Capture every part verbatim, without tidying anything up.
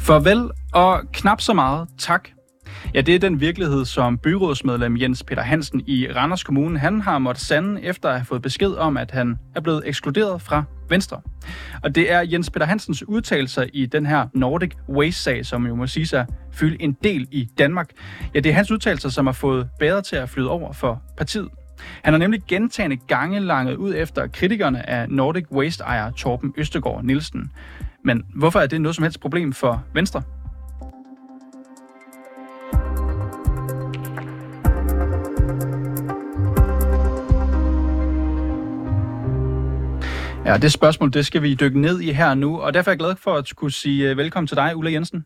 Farvel og knap så meget tak. Ja, det er den virkelighed, som byrådsmedlem Jens Peter Hansen i Randers Kommune, han har måttet sande efter at have fået besked om, at han er blevet ekskluderet fra Venstre. Og det er Jens Peter Hansens udtalelser i den her Nordic Waste-sag, som jo må sige sig fylde en del i Danmark. Ja, det er hans udtalelser, som har fået bedre til at flyde over for partiet. Han har nemlig gentagne gange langet ud efter kritikerne af Nordic Waste-ejer Torben Østergaard Nielsen. Men hvorfor er det noget som helst problem for Venstre? Ja, det spørgsmål, det skal vi dykke ned i her nu, og derfor er jeg glad for at kunne sige velkommen til dig, Ulla Jensen.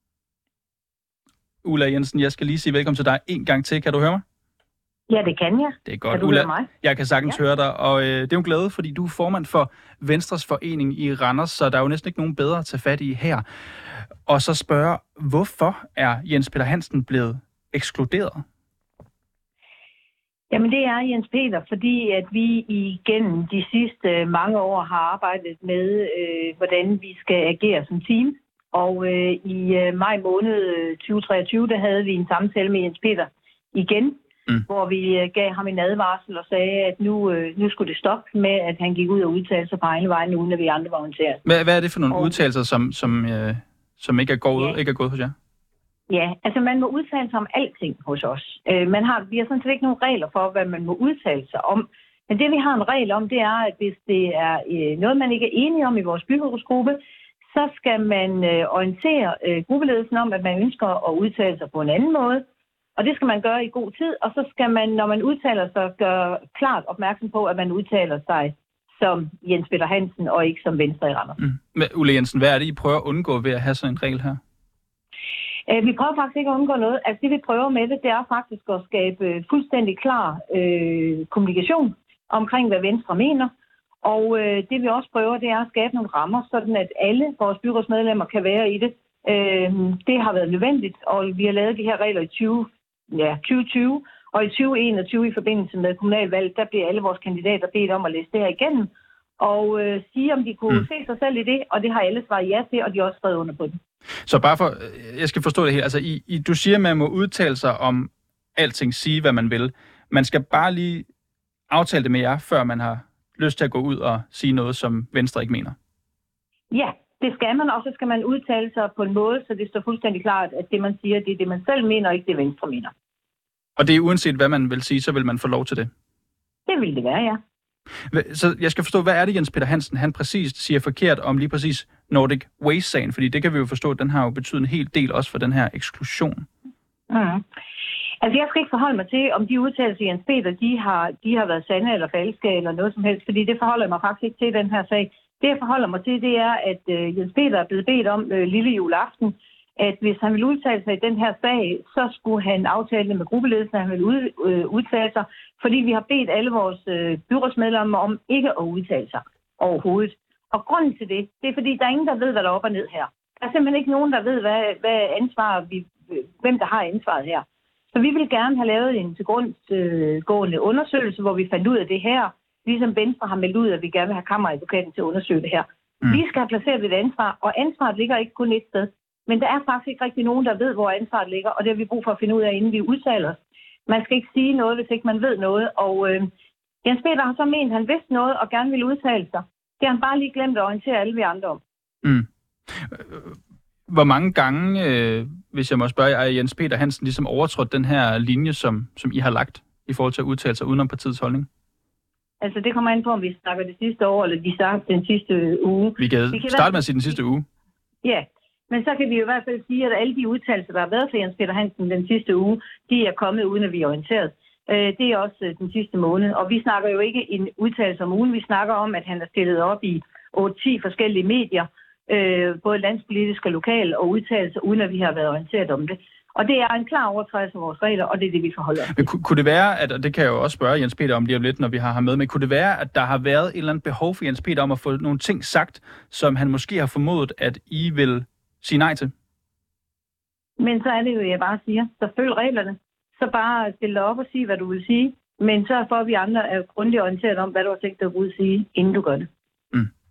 Ulla Jensen, jeg skal lige sige velkommen til dig en gang til. Kan du høre mig? Ja, det kan jeg. Det er godt, kan du Ulla. Høre mig? Jeg kan sagtens ja. høre dig, og øh, det er jo glæde, fordi du er formand for Venstres forening i Randers, så der er jo næsten ikke nogen bedre at tage fat i her. Og så spørge, hvorfor er Jens Peter Hansen blevet ekskluderet? Jamen det er Jens Peter, fordi at vi igennem de sidste mange år har arbejdet med, øh, hvordan vi skal agere som team. Og øh, i øh, maj måned tyve treogtyve, der havde vi en samtale med Jens Peter igen, mm. hvor vi øh, gav ham en advarsel og sagde, at nu, øh, nu skulle det stoppe med, at han gik ud og udtalte sig på egne vegne, uden at vi andre var orienteret. Hvad, hvad er det for nogle og, udtalelser, som, som, øh, som ikke, er gået, ja. ikke er gået hos jer? Ja, altså man må udtale sig om alting hos os. Øh, man har, vi har sådan set ikke nogen regler for, hvad man må udtale sig om. Men det vi har en regel om, det er, at hvis det er øh, noget, man ikke er enige om i vores byrådsgruppe, så skal man øh, orientere øh, gruppeledelsen om, at man ønsker at udtale sig på en anden måde. Og det skal man gøre i god tid, og så skal man, når man udtaler sig, gøre klart opmærksom på, at man udtaler sig som Jens Peter Hansen og ikke som Venstre i Randers. Mm. Men Ulla Jensen, hvad er det, I prøver at undgå ved at have sådan en regel her? Vi prøver faktisk ikke at undgå noget. Altså det vi prøver med det, det er faktisk at skabe fuldstændig klar øh, kommunikation omkring, hvad Venstre mener. Og øh, det vi også prøver, det er at skabe nogle rammer, sådan at alle vores byrådsmedlemmer kan være i det. Øh, det har været nødvendigt, og vi har lavet de her regler i tyve, ja, tyve tyve. Og i tyve enogtyve i forbindelse med kommunalvalget, der bliver alle vores kandidater bedt om at læse det her igennem. Og øh, sige, om de kunne mm. se sig selv i det, og det har alle svaret ja til, og de har også skrevet under på det. Så bare for, jeg skal forstå det her, altså I, I, du siger, at man må udtale sig om alting, sige hvad man vil. Man skal bare lige aftale det med jer, før man har lyst til at gå ud og sige noget, som Venstre ikke mener. Ja, det skal man, og så skal man udtale sig på en måde, så det står fuldstændig klart, at det man siger, det er det man selv mener, og ikke det Venstre mener. Og det er uanset hvad man vil sige, så vil man få lov til det? Det vil det være, ja. Så jeg skal forstå, hvad er det, Jens Peter Hansen, han præcis siger forkert om lige præcis Nordic Waste-sagen? Fordi det kan vi jo forstå, at den har jo betydet en hel del også for den her eksklusion. Mm. Altså jeg skal ikke forholde mig til, om de udtalelser Jens Peter, de har, de har været sande eller falske eller noget som helst, fordi det forholder jeg mig faktisk ikke til i den her sag. Det jeg forholder mig til, det er, at uh, Jens Peter er blevet bedt om uh, lille juleaften, at hvis han vil udtale sig i den her sag, så skulle han aftale med gruppeledelsen, at han vil ud, øh, udtale sig, fordi vi har bedt alle vores øh, byrådsmedlemmer om ikke at udtale sig overhovedet. Og grunden til det, det er fordi, der er ingen, der ved, hvad der er op og ned her. Der er simpelthen ikke nogen, der ved, hvad, hvad ansvar vi, hvem der har ansvaret her. Så vi vil gerne have lavet en tilgrundsgående øh, undersøgelse, hvor vi fandt ud af det her, ligesom Venstre har meldt ud, at vi gerne vil have kammeradvokaten til at undersøge det her. Mm. Vi skal have placeret et ansvar, og ansvaret ligger ikke kun et sted. Men der er faktisk ikke rigtig nogen, der ved, hvor ansvaret ligger, og det har vi brug for at finde ud af, inden vi udtaler os. Man skal ikke sige noget, hvis ikke man ved noget, og øh, Jens Peter har så ment, at han vidste noget og gerne ville udtale sig. Det har han bare lige glemt at orientere alle vi andre om. Mm. Hvor mange gange, øh, hvis jeg må spørge, er Jens Peter Hansen ligesom overtrådt den her linje, som, som I har lagt i forhold til at udtale sig udenom partiets holdning? Altså det kommer an på, om vi snakker det sidste år, eller vi snakker den sidste uge. Vi kan, vi kan starte med at sige den sidste uge. Ja. Men så kan vi jo i hvert fald sige, at alle de udtalelser, der har været for Jens Peter Hansen den sidste uge, de er kommet uden at vi er orienteret. Det er også den sidste måned. Og vi snakker jo ikke en udtalelse om ugen. Vi snakker om, at han er stillet op i otte ti forskellige medier, både landspolitiske og lokale, og udtalelser, uden at vi har været orienteret om det. Og det er en klar overtrædelse af vores regler, og det er det, vi forholder os. Men kunne det være, at, og det kan jeg jo også spørge Jens Peter om lige om lidt, når vi har ham med, men kunne det være, at der har været et eller andet behov for Jens Peter om at få nogle ting sagt, som han måske har formodet, at I vil sige nej til? Men så er det jo, jeg bare siger, så følg reglerne. Så bare stille dig op og sige, hvad du vil sige. Men så for, at vi andre er grundigt orienteret om, hvad du har tænkt dig at sige, inden du gør det. Mm.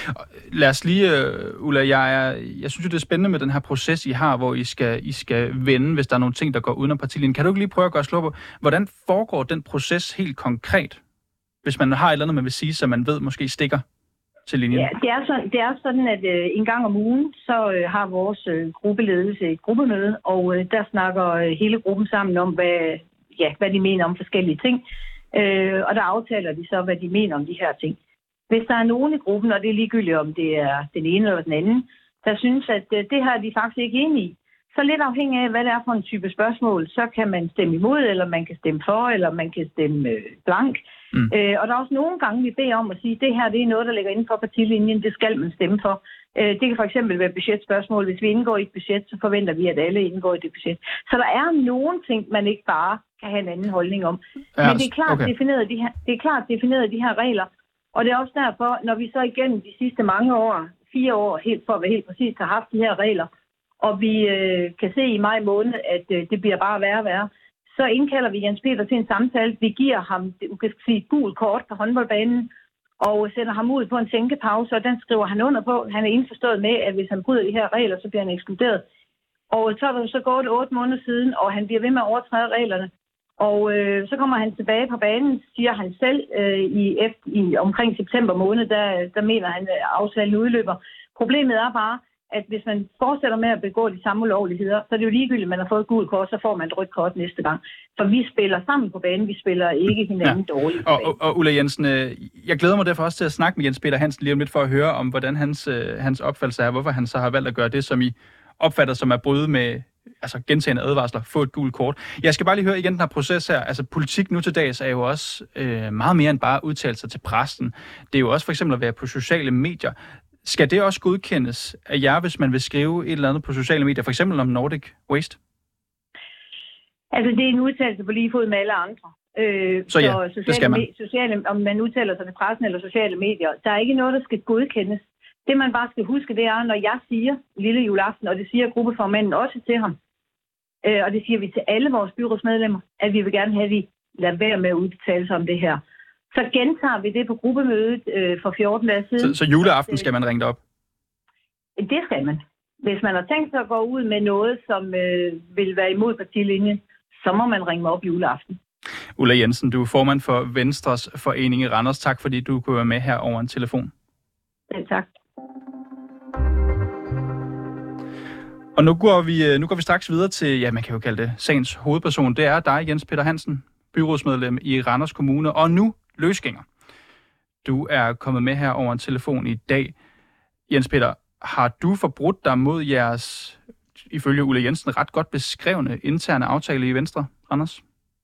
Lad os lige, uh, Ulla, jeg, er, jeg synes jo, det er spændende med den her proces, I har, hvor I skal, I skal vende, hvis der er nogle ting, der går uden om partilinjen. Kan du ikke lige prøve at gøre slå på, hvordan foregår den proces helt konkret, hvis man har et eller andet, man vil sige, så man ved måske stikker til linjen? Ja, det er sådan, det er sådan at øh, en gang om ugen, så øh, har vores øh, gruppeledelse et gruppemøde, og øh, der snakker øh, hele gruppen sammen om, hvad, ja, hvad de mener om forskellige ting. Øh, og der aftaler de så, hvad de mener om de her ting. Hvis der er nogen i gruppen, og det er ligegyldigt, om det er den ene eller den anden, der synes, at øh, det her er de faktisk ikke enige i, så lidt afhængig af, hvad det er for en type spørgsmål, så kan man stemme imod, eller man kan stemme for, eller man kan stemme øh, blank. Mm. Øh, og der er også nogle gange, vi beder om at sige, at det her det er noget, der ligger inden for partilinjen, det skal man stemme for. Øh, det kan for eksempel være budgetspørgsmål. Hvis vi indgår i et budget, så forventer vi, at alle indgår i det budget. Så der er nogle ting, man ikke bare kan have en anden holdning om. Ja, men det er klart okay. defineret de her, det er klart defineret de her regler, og det er også derfor, når vi så igennem de sidste mange år, fire år, helt for at være helt præcis, har haft de her regler, og vi øh, kan se i maj måned, at øh, det bliver bare værre og værre, så indkalder vi Jens Peter til en samtale. Vi giver ham, du kan sige, et gult kort på håndboldbanen, og sender ham ud på en tænkepause, og den skriver han under på. Han er indforstået med, at hvis han bryder de her regler, så bliver han ekskluderet. Og så er der så gået otte måneder siden, og han bliver ved med at overtræde reglerne. Og øh, så kommer han tilbage på banen, siger han selv, øh, i, efter, i omkring september måned, der, der mener han, at aftalen udløber. Problemet er bare, at hvis man fortsætter med at begå de samme ulovligheder, så er det jo ligegyldigt, at man har fået et gult kort, så får man et rødt kort næste gang. For vi spiller sammen på banen, vi spiller ikke hinanden ja. dårligt. Og, og, og Ulla Jensen, jeg glæder mig derfor også til at snakke med Jens Peter Hansen lige om lidt for at høre om, hvordan hans, hans opfattelse er, hvorfor han så har valgt at gøre det, som I opfatter som at bryde med altså gentagende advarsler, få et gult kort. Jeg skal bare lige høre igen den her proces her. Altså politik nu til dags er jo også øh, meget mere end bare udtalelser til pressen. Det er jo også for eksempel at være på sociale medier. Skal det også godkendes af jer, hvis man vil skrive et eller andet på sociale medier, for eksempel om Nordic Waste? Altså, det er en udtalelse på lige fod med alle andre. Øh, så ja, så sociale, det skal man. Me- sociale, om man udtaler sig til pressen eller sociale medier, der er ikke noget, der skal godkendes. Det, man bare skal huske, det er, når jeg siger lille juleaften, og det siger gruppeformanden også til ham, øh, og det siger vi til alle vores byrådsmedlemmer, at vi vil gerne have, at vi lader være med at udtale sig om det her. Så gentager vi det på gruppemødet øh, for fjorten dage siden. Så, så juleaften skal man ringe op? Det skal man. Hvis man har tænkt sig at gå ud med noget, som øh, vil være imod partilinjen, så må man ringe op juleaften. Ulla Jensen, du er formand for Venstres forening i Randers. Tak fordi du kunne være med her over en telefon. Ja, tak. Og nu går vi, nu går vi straks videre til, ja, man kan jo kalde det sagens hovedperson. Det er dig, Jens Peter Hansen, byrådsmedlem i Randers Kommune, og nu løsgænger. Du er kommet med her over en telefon i dag. Jens Peter, har du forbrudt dig mod jeres, ifølge Ulla Jensen, ret godt beskrevne interne aftale i Venstre, Randers?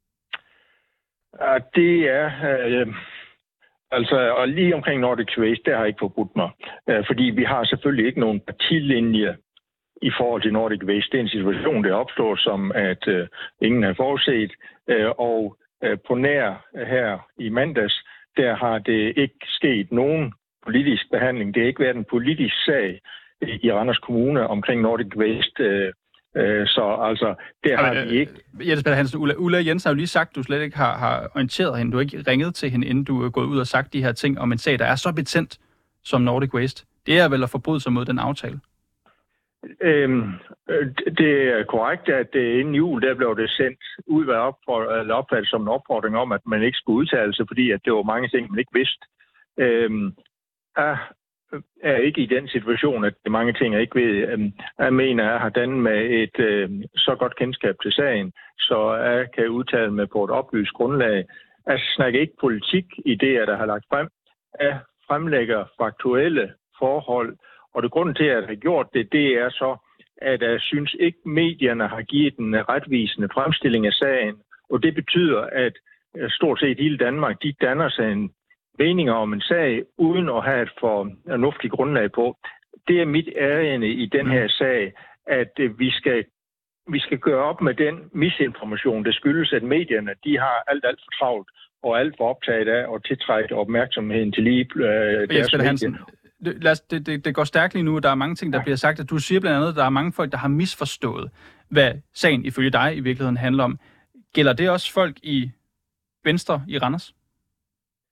Ja, det er... Øh, altså, og lige omkring Nordic Waste, der har jeg ikke forbrudt mig. Øh, fordi vi har selvfølgelig ikke nogen partilinje i forhold til Nordic Waste. Det er en situation, der opstår, som at øh, ingen har forudset. Øh, og øh, på nær her i mandags, der har det ikke sket nogen politisk behandling. Det har ikke været en politisk sag i Randers Kommune omkring Nordic Waste. Øh, øh, så altså, det har øh, vi ikke. Jens Peter Hansen, Ulla, Ulla Jensen har jo lige sagt, at du slet ikke har, har orienteret hende. Du har ikke ringet til hende, inden du er gået ud og sagt de her ting om en sag, der er så betændt som Nordic Waste. Det er vel at forbryde sig mod den aftale? Øhm, det er korrekt, at inden jul, der blev det sendt ud af opfattet som en opfordring om, at man ikke skulle udtale sig, fordi at det var mange ting, man ikke vidste. Øhm, jeg er ikke i den situation, at det er mange ting, jeg ikke ved. Jeg mener, at jeg har dannet med et øh, så godt kendskab til sagen, så jeg kan udtale mig på et oplyst grundlag. Jeg snakker ikke politik i det, der har lagt frem. Jeg fremlægger faktuelle forhold. Og det grund til, at jeg har gjort det, det er så, at jeg synes ikke, medierne har givet en retvisende fremstilling af sagen. Og det betyder, at stort set hele Danmark, de danner sig en meninger om en sag, uden at have et fornuftigt grundlag på. Det er mit ærende i den her sag, at vi skal, vi skal gøre op med den misinformation, der skyldes, at medierne, de har alt, alt for travlt og alt for optaget af at tiltrække opmærksomheden til lige øh, deres medier. Det, lad os, det, det, det går stærkt lige nu, der er mange ting, der ja. bliver sagt, at du siger blandt andet, at der er mange folk, der har misforstået, hvad sagen ifølge dig i virkeligheden handler om. Gælder det også folk i Venstre i Randers?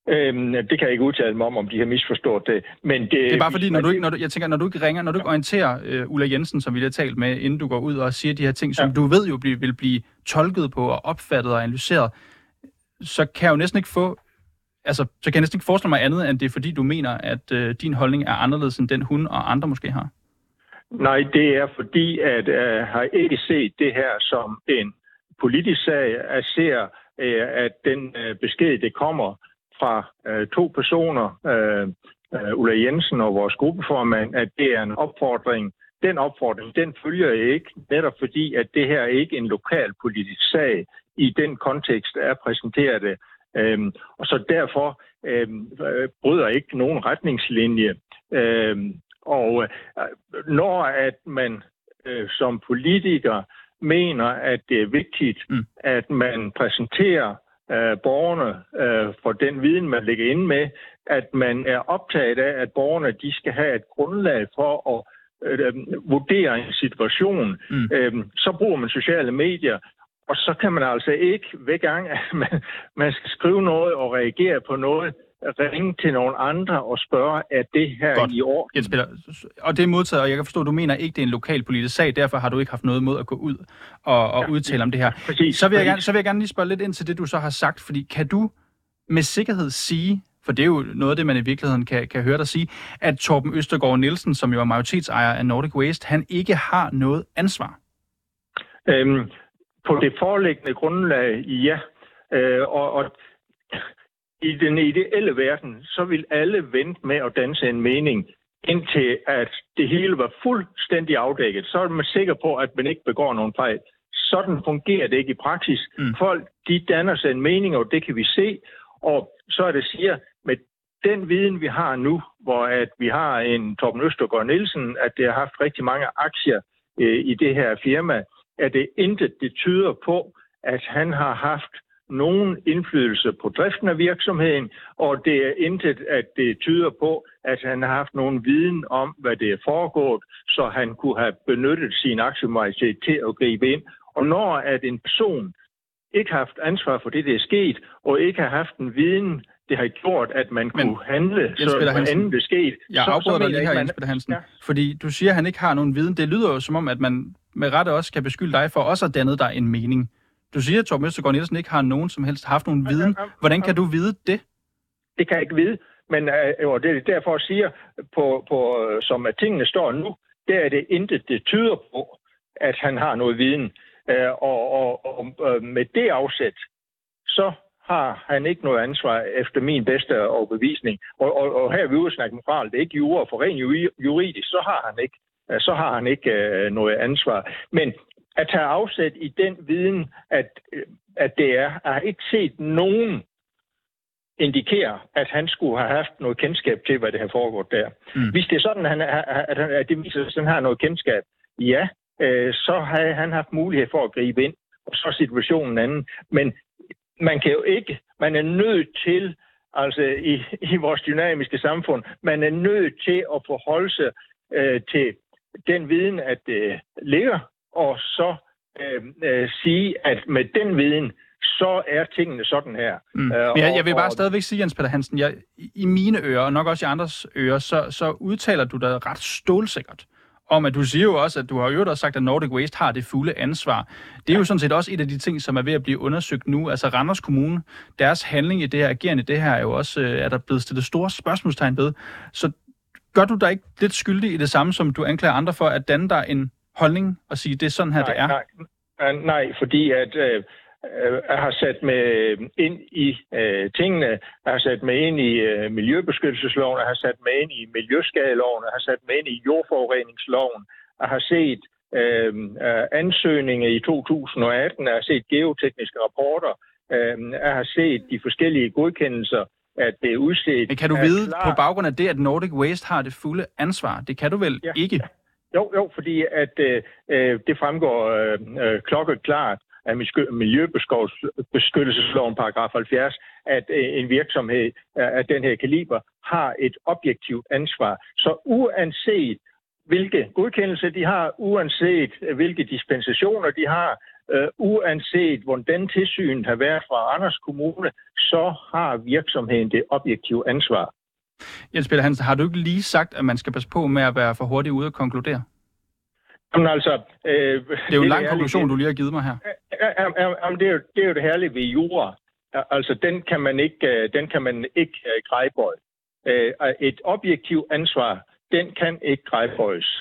Øhm, det kan jeg ikke udtale mig om, om de har misforstået det. Men det, det er bare fordi, når du ikke, når du, jeg tænker, når du ikke ringer, når du ikke orienterer uh, Ulla Jensen, som vi har talt med, inden du går ud og siger de her ting, som ja. du ved jo vil blive tolket på og opfattet og analyseret, så kan jeg jo næsten ikke få, altså, så kan jeg næsten ikke forestille mig andet, end det er fordi, du mener, at uh, din holdning er anderledes end den hun og andre måske har. Nej, det er fordi, at jeg uh, har ikke set det her som en politisk sag. Jeg ser, uh, at den uh, besked, det kommer fra uh, to personer, uh, uh, Ulla Jensen og vores gruppeformand, at det er en opfordring. Den opfordring, den følger jeg ikke, netop fordi, at det her ikke er en lokal politisk sag i den kontekst, er præsenteret det. Uh, og så derfor uh, bryder ikke nogen retningslinje. Uh, Og øh, når at man øh, som politiker mener, at det er vigtigt, mm. at man præsenterer øh, borgerne øh, for den viden, man ligger inde med, at man er optaget af, at borgerne de skal have et grundlag for at øh, vurdere en situation, mm. øh, så bruger man sociale medier. Og så kan man altså ikke, hver gang at man, man skal skrive noget og reagere på noget, ringe til nogle andre og spørge, er det her godt i år? Jens Peter, og det er modtaget, og jeg kan forstå, at du mener ikke, det er en lokal politisk sag, derfor har du ikke haft noget imod at gå ud og, og ja, udtale om det her. Præcis, så, vil jeg gerne, så vil jeg gerne lige spørge lidt ind til det, du så har sagt, fordi kan du med sikkerhed sige, for det er jo noget af det, man i virkeligheden kan, kan høre dig sige, at Torben Østergaard Nielsen, som jo er majoritetsejer af Nordic Waste, han ikke har noget ansvar? Øhm, på det foreliggende grundlag, ja. Øh, og, og i den ideelle verden, så vil alle vente med at danse en mening, indtil at det hele var fuldstændig afdækket. Så er man sikker på, at man ikke begår nogen fejl. Sådan fungerer det ikke i praksis. Mm. Folk, de danner sig en mening, og det kan vi se. Og så er det siger, med den viden, vi har nu, hvor at vi har en Torben Østergaard Nielsen, at det har haft rigtig mange aktier øh, i det her firma, at det intet, det tyder på, at han har haft nogen indflydelse på driften af virksomheden, og det er intet, at det tyder på, at han har haft nogen viden om, hvad det er foregået, så han kunne have benyttet sin aktiemajoritet til at gribe ind. Og når at en person ikke har haft ansvar for det, der er sket, og ikke har haft en viden, det har gjort, at man Men, kunne handle, så hvordan det skete. Jeg så, afbryder dig lige her, man... Jens Peter Hansen, ja. fordi du siger, at han ikke har nogen viden. Det lyder jo som om, at man med rette også kan beskylde dig for også at danne dig en mening. Du siger, at Torben Østergaard Nielsen ikke har nogen som helst haft nogen viden. Hvordan kan du vide det? Det kan jeg ikke vide, men øh, det er derfor, jeg siger, på, på, som at tingene står nu, der er det intet, det tyder på, at han har noget viden. Øh, og og, og med det afsæt, så har han ikke noget ansvar efter min bedste overbevisning. Og, og, og her er vi ude at snakke moral, det er ikke jura, for rent juridisk, så har han ikke, så har han ikke øh, noget ansvar. Men at tage afsæt i den viden, at, at det er, jeg har ikke set nogen indikere, at han skulle have haft noget kendskab til, hvad det har foregået der. Mm. Hvis det er sådan, at, han, at, han, at det viser sig, at han har noget kendskab, ja, øh, så har han haft mulighed for at gribe ind, og så er situationen anden. Men man kan jo ikke, man er nødt til, altså i, i vores dynamiske samfund, man er nødt til at forholde sig øh, til den viden, at det øh, ligger, og så øh, øh, sige, at med den viden, så er tingene sådan her. Mm. Men jeg, jeg vil bare stadigvæk sige, Jens Peter Hansen, jeg, i mine ører, og nok også i andres ører, så, så udtaler du dig ret stålsikkert om, at du siger jo også, at du har jo også sagt, at Nordic Waste har det fulde ansvar. Det er ja. jo sådan set også et af de ting, som er ved at blive undersøgt nu. Altså Randers Kommune, deres handling i det her, agerende i det her, er jo også, er der blevet stillet store spørgsmålstegn ved. Så gør du dig ikke lidt skyldig i det samme, som du anklager andre for, at danne dig en holdning og sige, det er sådan her, nej, det er? Nej, nej, fordi at øh, jeg har sat mig ind i øh, tingene, jeg har sat mig ind i øh, miljøbeskyttelsesloven, jeg har sat mig ind i miljøskadeloven, jeg har sat mig ind i jordforureningsloven, jeg har set øh, ansøgninger i to tusind og atten, jeg har set geotekniske rapporter, øh, jeg har set de forskellige godkendelser, at det er udstedt. Men kan du vide klar... på baggrund af det, at Nordic Waste har det fulde ansvar? Det kan du vel ja. ikke? Jo, jo, fordi at øh, det fremgår øh, klokkeklart af miljøbeskyttelsesloven paragraf halvfjerds, at øh, en virksomhed af den her kaliber har et objektivt ansvar. Så uanset hvilke godkendelser de har, uanset hvilke dispensationer de har, øh, uanset hvordan tilsynet har været fra Randers Kommune, så har virksomheden det objektive ansvar. Jens Peter Hansen, har du ikke lige sagt, at man skal passe på med at være for hurtigt ude og konkludere? Jamen altså... Øh, det er jo en lang det konklusion, det, du lige har givet mig her. Jamen, det, er jo, det er jo det herlige ved jura. Altså, den kan man ikke, den kan man ikke grejbøje. Et objektivt ansvar, den kan ikke grejbøjes.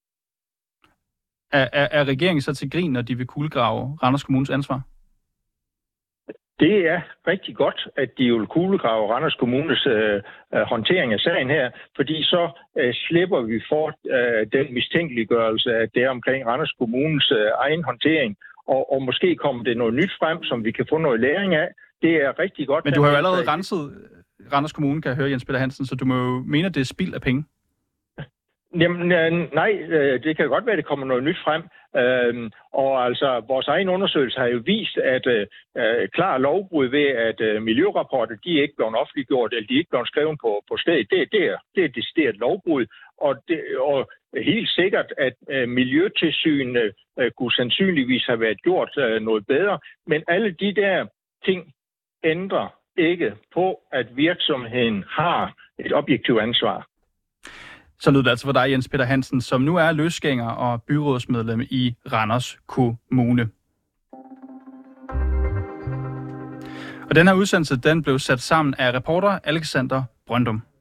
Er, er, er regeringen så til grin, når de vil kuglegrave Randers Kommunes ansvar? Det er rigtig godt, at de vil kuglegrave Randers Kommunes øh, håndtering af sagen her, fordi så øh, slipper vi for øh, den mistænkeliggørelse, at det er omkring Randers Kommunes øh, egen håndtering, og, og måske kommer det noget nyt frem, som vi kan få noget læring af. Det er rigtig godt. Men du har jo allerede renset Randers Kommune, kan jeg høre, Jens Peter Hansen, så du må jo mene, at det er spild af penge. Jamen, nej, det kan godt være, at det kommer noget nyt frem. Øhm, og altså, vores egen undersøgelse har jo vist, at øh, klar lovbrud ved, at øh, miljørapporter, de er ikke blevet offentliggjort, eller de er ikke blevet skrevet på, på stedet. Det, det, er, det er decideret lovbrud. Og, det, og helt sikkert, at øh, miljøtilsynene øh, kunne sandsynligvis have været gjort øh, noget bedre. Men alle de der ting ændrer ikke på, at virksomheden har et objektivt ansvar. Så lød det altså for dig, Jens Peter Hansen, som nu er løsgænger og byrådsmedlem i Randers Kommune. Og den her udsendelse, den blev sat sammen af reporter Alexander Brøndum.